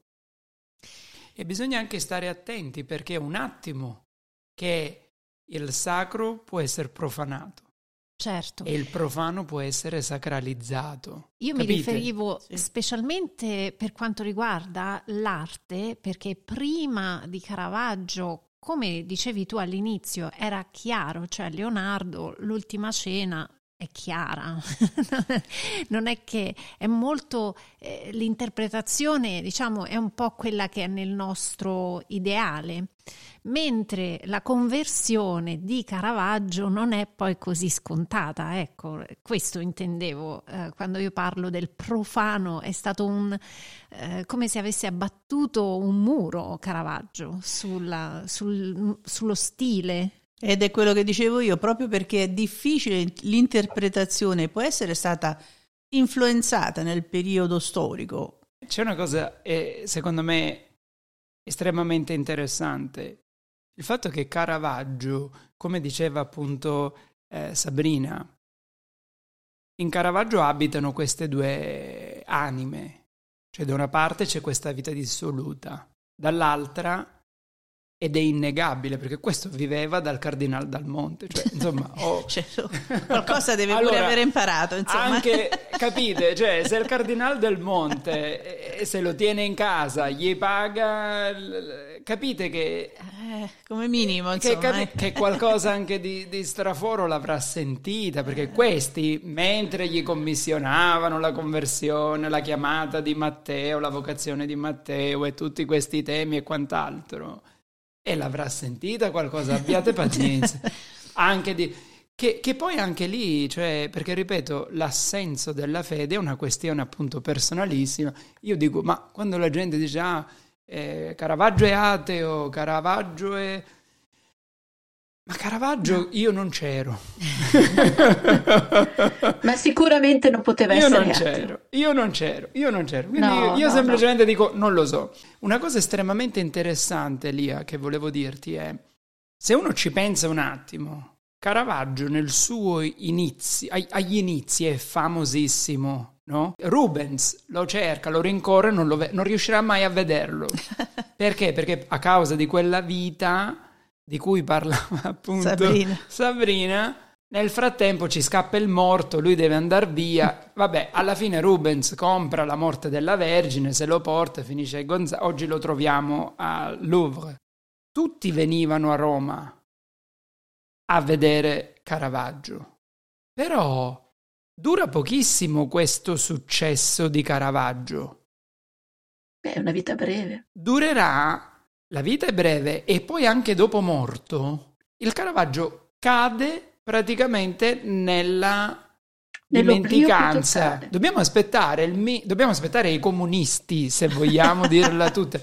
E bisogna anche stare attenti, perché è un attimo che il sacro può essere profanato. Certo. E il profano può essere sacralizzato. Io Capite? mi riferivo specialmente per quanto riguarda l'arte, perché prima di Caravaggio, come dicevi tu all'inizio, era chiaro, cioè Leonardo, l'Ultima Cena è chiara, non è che è molto, l'interpretazione, diciamo, è un po' quella che è nel nostro ideale, mentre la conversione di Caravaggio non è poi così scontata. Ecco, questo intendevo quando io parlo del profano. È stato come se avesse abbattuto un muro Caravaggio sullo stile. Ed è quello che dicevo io, proprio perché è difficile, l'interpretazione può essere stata influenzata nel periodo storico. C'è una cosa, secondo me, estremamente interessante. Il fatto che Caravaggio, come diceva appunto Sabrina, in Caravaggio abitano queste due anime. Cioè da una parte c'è questa vita dissoluta, dall'altra, ed è innegabile, perché questo viveva dal Cardinal Dal Monte, cioè insomma qualcosa deve pure avere imparato, insomma. Anche, capite, cioè se il Cardinal Del Monte se lo tiene in casa, gli paga, capite che come minimo, insomma, che qualcosa anche di straforo l'avrà sentita, perché questi, mentre gli commissionavano la conversione, la chiamata di Matteo, la vocazione di Matteo e tutti questi temi e quant'altro, e l'avrà sentita qualcosa, abbiate pazienza. Anche che poi anche lì, cioè, perché ripeto, l'assenso della fede è una questione appunto personalissima. Io dico, ma quando la gente dice Caravaggio è ateo, Caravaggio è... Ma Caravaggio io non c'ero. Ma sicuramente non poteva essere ateo. Io non c'ero. Quindi io semplicemente dico, non lo so. Una cosa estremamente interessante, Lia, che volevo dirti è, se uno ci pensa un attimo, Caravaggio nel suo inizi, agli inizi è famosissimo, no? Rubens lo cerca, lo rincorre, non riuscirà mai a vederlo. Perché? Perché a causa di quella vita di cui parlava appunto Sabrina, nel frattempo ci scappa il morto, lui deve andare via. Vabbè, alla fine Rubens compra La morte della Vergine, se lo porta, finisce a Gonzaga. Oggi lo troviamo al Louvre. Tutti venivano a Roma a vedere Caravaggio. Però dura pochissimo questo successo di Caravaggio. È una vita breve. Durerà, la vita è breve, e poi anche dopo morto, il Caravaggio cade praticamente nella dimenticanza. Dobbiamo aspettare i comunisti, se vogliamo dirla tutta.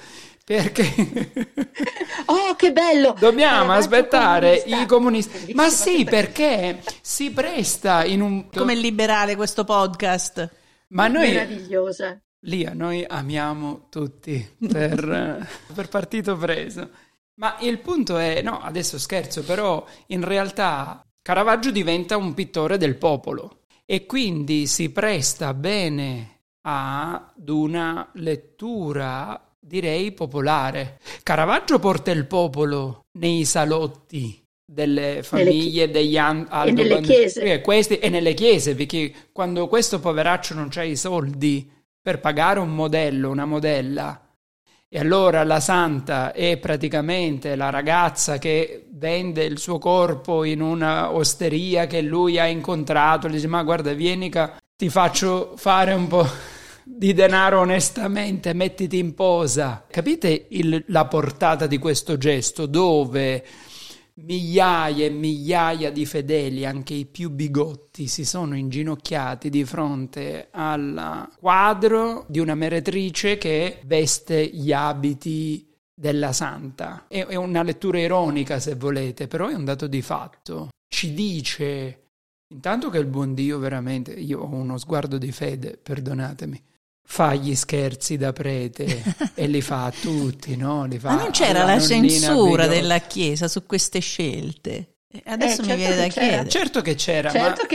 Perché? Oh, che bello! Dobbiamo aspettare i comunisti. Ma sì, perché si presta in un... Come liberare questo podcast. Ma noi... Meravigliosa. Lia, noi amiamo tutti per partito preso. Ma il punto è... No, adesso scherzo, però in realtà Caravaggio diventa un pittore del popolo e quindi si presta bene ad una lettura, direi, popolare. Caravaggio porta il popolo nei salotti delle famiglie, degli e nelle chiese. E nelle chiese, perché quando questo poveraccio non c'ha i soldi per pagare un modello, una modella, e allora la santa è praticamente la ragazza che vende il suo corpo in una osteria che lui ha incontrato, gli dice: ma guarda, vieni qua, ti faccio fare un po' di denaro onestamente, mettiti in posa. Capite la portata di questo gesto, dove migliaia e migliaia di fedeli, anche i più bigotti, si sono inginocchiati di fronte al quadro di una meretrice che veste gli abiti della santa. È una lettura ironica, se volete, però è un dato di fatto. Ci dice intanto che il buon Dio veramente, io ho uno sguardo di fede, perdonatemi, fa gli scherzi da prete e li fa a tutti, no? Li fa. Ma non c'era la censura della Chiesa su queste scelte? Adesso mi viene da chiedere. Certo che c'era,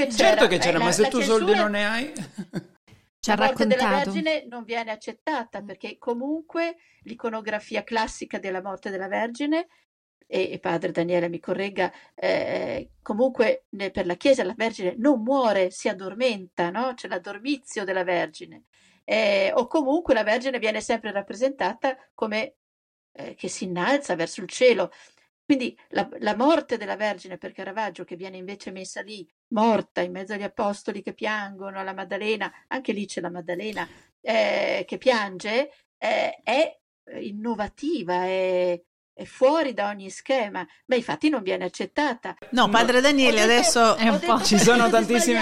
ma se tu soldi non ne hai... Ci ha la morte raccontato. della Vergine non viene accettata perché comunque l'iconografia classica della morte della Vergine, e padre Daniele mi corregga, comunque per la Chiesa la Vergine non muore, si addormenta, no? C'è l'addormizio della Vergine. O comunque la Vergine viene sempre rappresentata come che si innalza verso il cielo. Quindi la morte della Vergine per Caravaggio, che viene invece messa lì, morta, in mezzo agli apostoli che piangono, alla Maddalena, anche lì c'è la Maddalena che piange, è innovativa, è fuori da ogni schema, ma infatti non viene accettata. No, padre Daniele, adesso è un po'... Ci sono tantissime...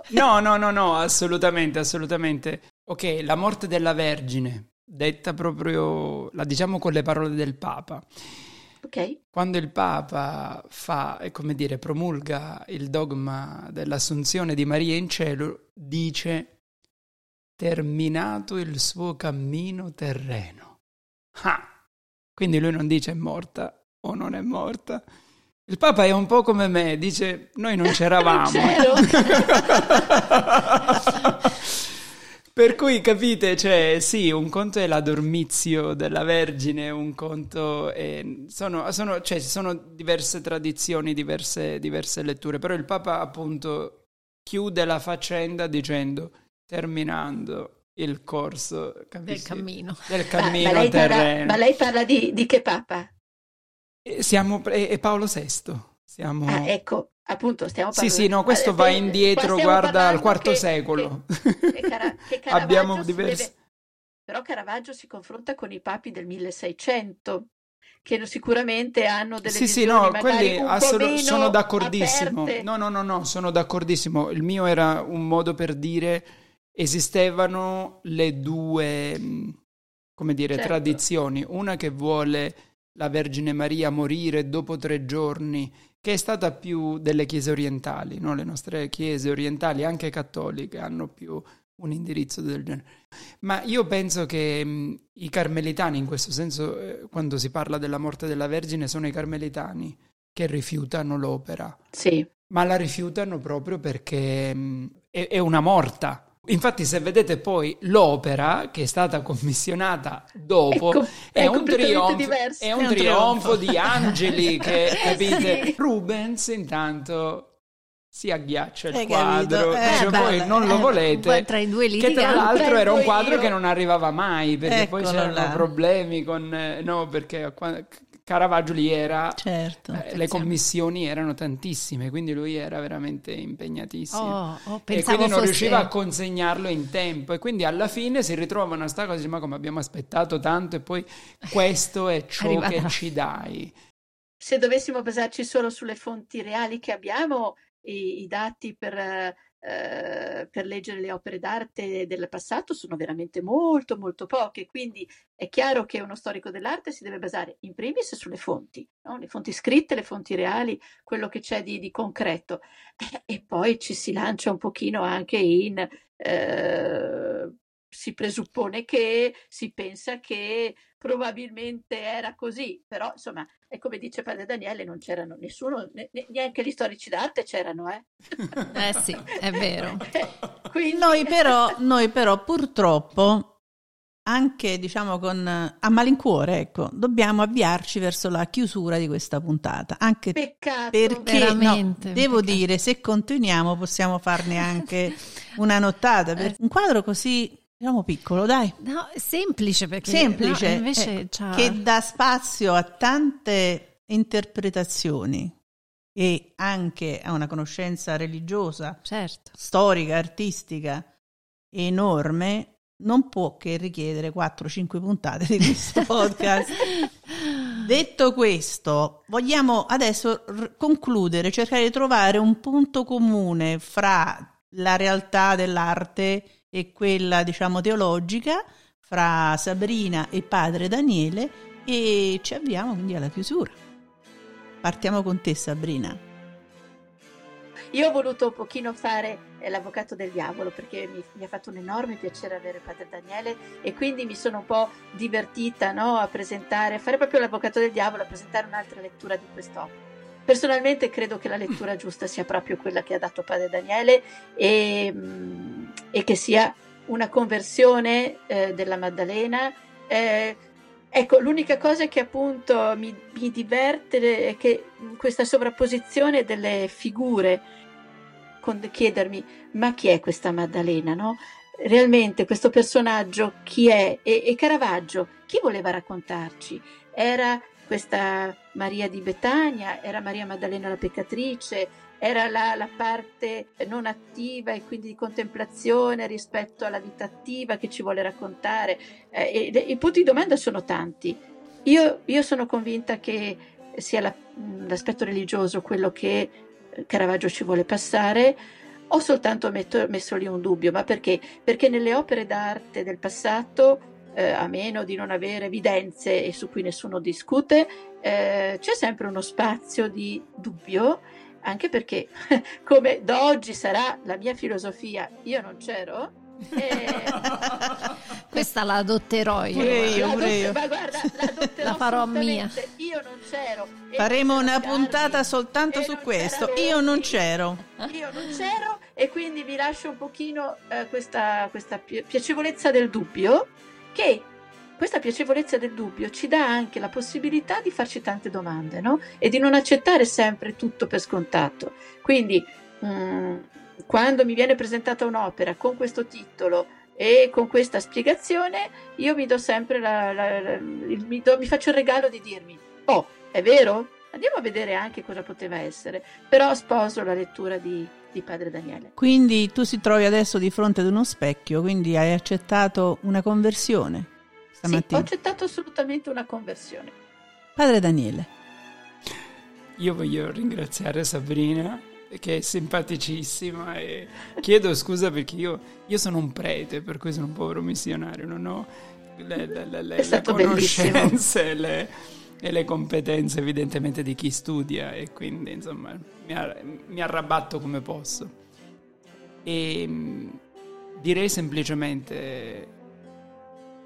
No, assolutamente. Ok, la morte della Vergine, detta proprio, la diciamo con le parole del Papa. Ok. Quando il Papa promulga il dogma dell'assunzione di Maria in cielo, dice: terminato il suo cammino terreno. Quindi lui non dice è morta o non è morta. Il Papa è un po' come me, dice: noi non c'eravamo. Per cui capite, cioè sì, un conto è l'adormizio della Vergine, un conto è... ci sono diverse tradizioni, diverse letture, però il Papa appunto chiude la faccenda dicendo: terminando il corso del cammino terreno. Ma lei parla di che Papa? È Paolo VI. Ecco, appunto, stiamo parlando... Sì, no, questo va indietro, guarda, al IV secolo. Che Abbiamo diversi... Però Caravaggio si confronta con i papi del 1600, che sicuramente hanno delle visioni magari un po' meno sono d'accordissimo. aperte. No, sono d'accordissimo. Il mio era un modo per dire esistevano le due, certo, tradizioni. Una che vuole la Vergine Maria morire dopo 3 giorni, che è stata più delle chiese orientali, no? Le nostre chiese orientali, anche cattoliche, hanno più un indirizzo del genere. Ma io penso che i carmelitani, in questo senso, quando si parla della morte della Vergine, sono i carmelitani che rifiutano l'opera. Sì. Ma la rifiutano proprio perché è una morta. Infatti, se vedete poi l'opera che è stata commissionata dopo, è un trionfo di angeli che, capite? Sì. Rubens intanto si agghiaccia il Hai quadro, capito? dice voi non lo volete, tra i due che tra l'altro era un quadro io. che non arrivava mai, perché poi Eccolo c'erano là. problemi con... no, perché Caravaggio lì era... Certo. le commissioni erano tantissime, quindi lui era veramente impegnatissimo. Oh, E pensavo quindi non fosse... riusciva a consegnarlo in tempo, e quindi alla fine si ritrovano a sta cosa, dice, ma come abbiamo aspettato tanto e poi questo è ciò Arrivata che la ci dai. Se dovessimo basarci solo sulle fonti reali che abbiamo, i dati per leggere le opere d'arte del passato sono veramente molto molto poche, quindi è chiaro che uno storico dell'arte si deve basare in primis sulle fonti, no? Le fonti scritte, le fonti reali, quello che c'è di concreto, e poi ci si lancia un pochino anche in... si presuppone che, si pensa che probabilmente era così, però insomma è come dice padre Daniele, non c'erano nessuno, neanche gli storici d'arte c'erano, sì, è vero. Quindi... Noi però purtroppo, anche diciamo a malincuore, ecco, dobbiamo avviarci verso la chiusura di questa puntata, anche Peccato, perché veramente, devo peccato. dire, se continuiamo possiamo farne anche una nottata, per un quadro così, diciamo, piccolo, dai. No, semplice, perché Semplice, no, invece c'ha... che dà spazio a tante interpretazioni e anche a una conoscenza religiosa, certo. storica, artistica enorme, non può che richiedere 4-5 puntate di questo podcast. Detto questo, vogliamo adesso concludere, cercare di trovare un punto comune fra la realtà dell'arte e quella, diciamo, teologica, fra Sabrina e padre Daniele, e ci avviamo quindi alla chiusura. Partiamo con te, Sabrina. Io ho voluto un pochino fare l'avvocato del diavolo, perché mi ha fatto un enorme piacere avere padre Daniele, e quindi mi sono un po' divertita, no, a fare proprio l'avvocato del diavolo, a presentare un'altra lettura di quest'opera. Personalmente credo che la lettura giusta sia proprio quella che ha dato padre Daniele, e che sia una conversione della Maddalena. Ecco, l'unica cosa che appunto mi diverte è che questa sovrapposizione delle figure, con chiedermi, ma chi è questa Maddalena, no? Realmente questo personaggio chi è? E Caravaggio, chi voleva raccontarci? Era questa Maria di Betania, era Maria Maddalena la peccatrice, era la parte non attiva e quindi di contemplazione rispetto alla vita attiva che ci vuole raccontare. I punti di domanda sono tanti. Io sono convinta che sia l'aspetto religioso quello che Caravaggio ci vuole passare. Ho soltanto messo lì un dubbio, ma perché? Perché nelle opere d'arte del passato, a meno di non avere evidenze e su cui nessuno discute, c'è sempre uno spazio di dubbio, anche perché, come da oggi sarà la mia filosofia, io non c'ero. Questa la adotterò io. Pure io. Ma guarda, la adotterò, La farò mia. Io non c'ero. Faremo una puntata soltanto su questo. Io non c'ero. E quindi vi lascio un pochino questa piacevolezza del dubbio, che questa piacevolezza del dubbio ci dà anche la possibilità di farci tante domande, no? E di non accettare sempre tutto per scontato. Quindi quando mi viene presentata un'opera con questo titolo e con questa spiegazione, io mi do sempre mi faccio il regalo di dirmi: oh, è vero? Andiamo a vedere anche cosa poteva essere. Però sposo la lettura di padre Daniele. Quindi tu si trovi adesso di fronte ad uno specchio, quindi hai accettato una conversione stamattina. Sì, ho accettato assolutamente una conversione. Padre Daniele. Io voglio ringraziare Sabrina, che è simpaticissima, e chiedo scusa perché io sono un prete, per cui sono un povero missionario, non ho le conoscenze e le competenze evidentemente di chi studia, e quindi insomma mi arrabatto come posso. E direi semplicemente: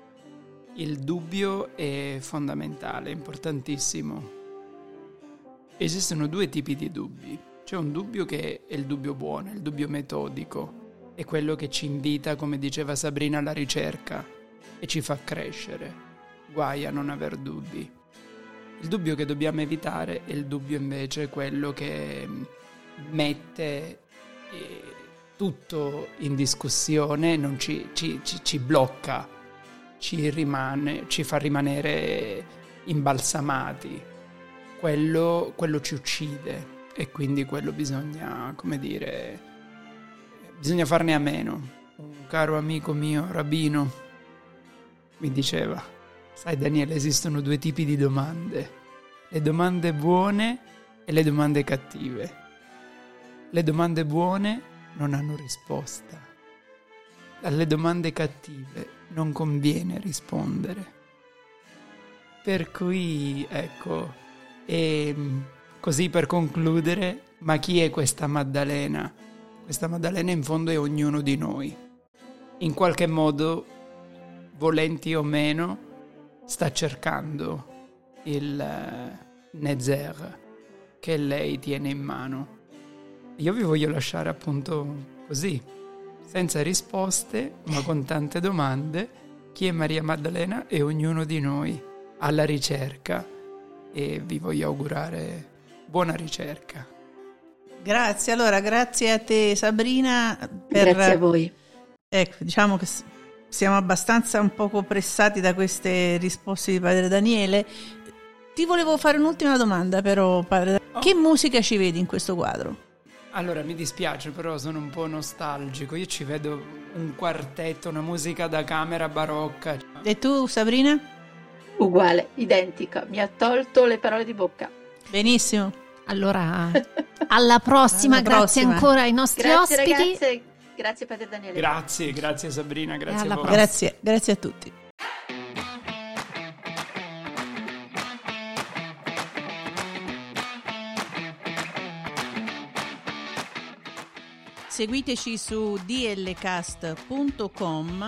il dubbio è fondamentale, è importantissimo. Esistono due tipi di dubbi. C'è un dubbio che è il dubbio buono, il dubbio metodico, è quello che ci invita, come diceva Sabrina, alla ricerca e ci fa crescere. Guai a non aver dubbi. Il dubbio che dobbiamo evitare è il dubbio invece quello che mette tutto in discussione, non ci blocca, ci fa rimanere imbalsamati. Quello ci uccide e quindi quello bisogna, come dire, bisogna farne a meno. Un caro amico mio, rabbino, mi diceva: sai Daniele, esistono due tipi di domande, le domande buone e le domande cattive. Le domande buone non hanno risposta. Alle domande cattive non conviene rispondere. Per cui, ecco, e così per concludere, ma chi è questa Maddalena? Questa Maddalena in fondo è ognuno di noi. In qualche modo, volenti o meno, sta cercando il Nezer che lei tiene in mano. Io vi voglio lasciare appunto così, senza risposte, ma con tante domande. Chi è Maria Maddalena e ognuno di noi alla ricerca, e vi voglio augurare buona ricerca. Grazie, allora grazie a te Sabrina. Grazie a voi. Ecco, diciamo che siamo abbastanza un poco pressati da queste risposte di padre Daniele. Ti volevo fare un'ultima domanda però, padre. Che musica ci vedi in questo quadro? Allora, mi dispiace, però sono un po' nostalgico. Io ci vedo un quartetto, una musica da camera barocca. E tu, Sabrina? Uguale, identica. Mi ha tolto le parole di bocca. Benissimo. Allora, alla prossima. Grazie ancora ai nostri ospiti. Ragazze. Grazie padre Daniele. Grazie Sabrina, grazie a voi. Grazie a tutti. Seguiteci su dlcast.com,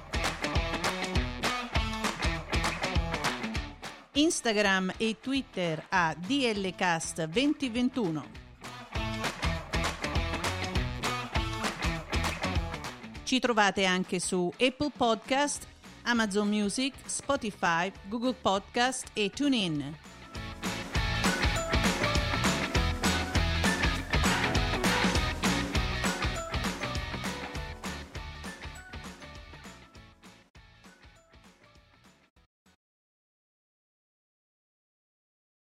Instagram e Twitter a dlcast2021. Ci trovate anche su Apple Podcast, Amazon Music, Spotify, Google Podcast e TuneIn.